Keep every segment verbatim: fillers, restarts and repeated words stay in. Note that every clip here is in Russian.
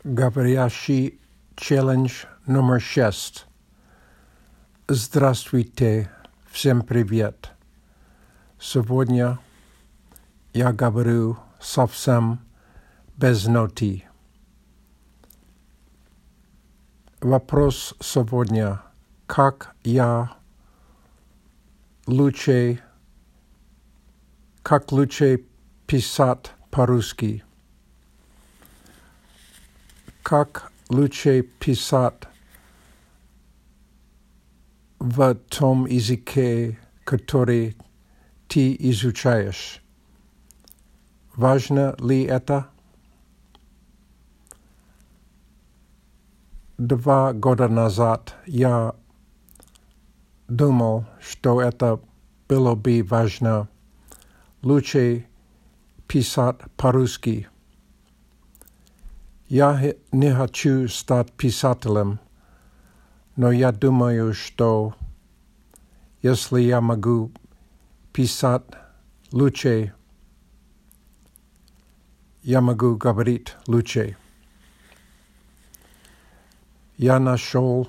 Говорящий челлендж номер шесть. Здравствуйте, всем привет. Сегодня я говорю совсем без ноты. Вопрос сегодня: как я лучше, как лучше писать по-русски? Как лучше писать в том языке, который ты изучаешь? Важно ли это? Два года назад я думал, что это было бы важно лучше писать по-русски. Я не хочу стать писателем, но я думаю, что если я могу писать лучше, я могу говорить лучше. Я нашел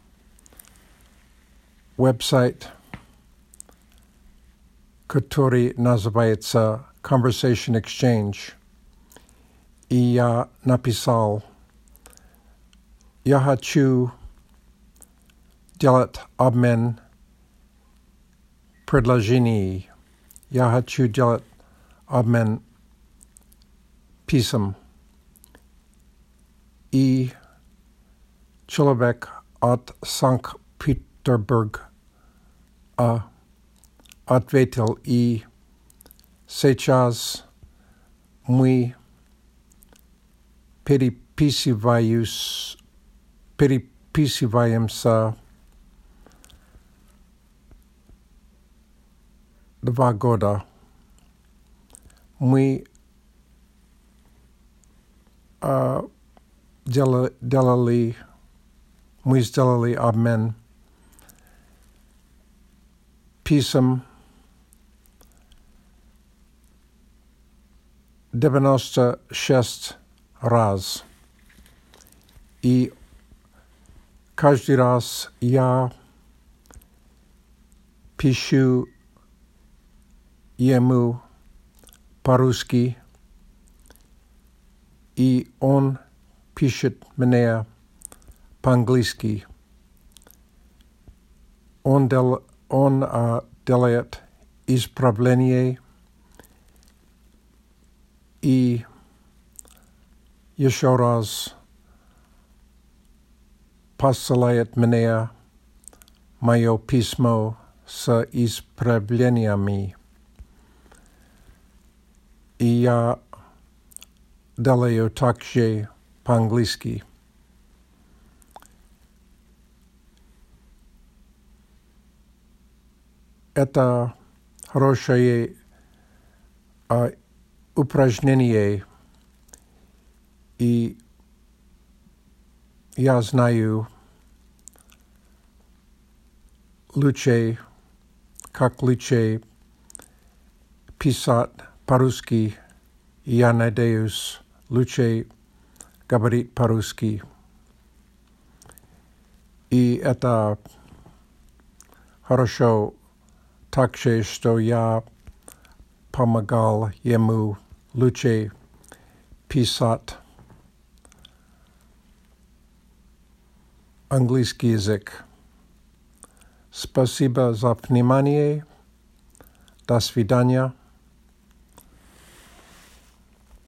веб-сайт, который называется Conversation Exchange. И я написал: я хочу делать обмен предложений. Я хочу делать обмен писем. И человек от Санкт-Петербурга а, ответил, и сейчас мы переписываюсь, переписываемся два года. Мы а, делали, делали, мы сделали обмен писем девяносто шесть раз. И каждый раз я пишу ему по-русски, и он пишет мне по-английски. Он, дел, он uh, делает исправление и еще раз посылает мне мое письмо с исправлениями. И я делаю так же по-английски. Это хорошее uh, упражнение, и я знаю лучше, как лучше писать по-русски, и я надеюсь лучше говорить по-русски. И это хорошо также, что я помогал ему лучше писать английский язык. Спасибо за внимание. До свидания.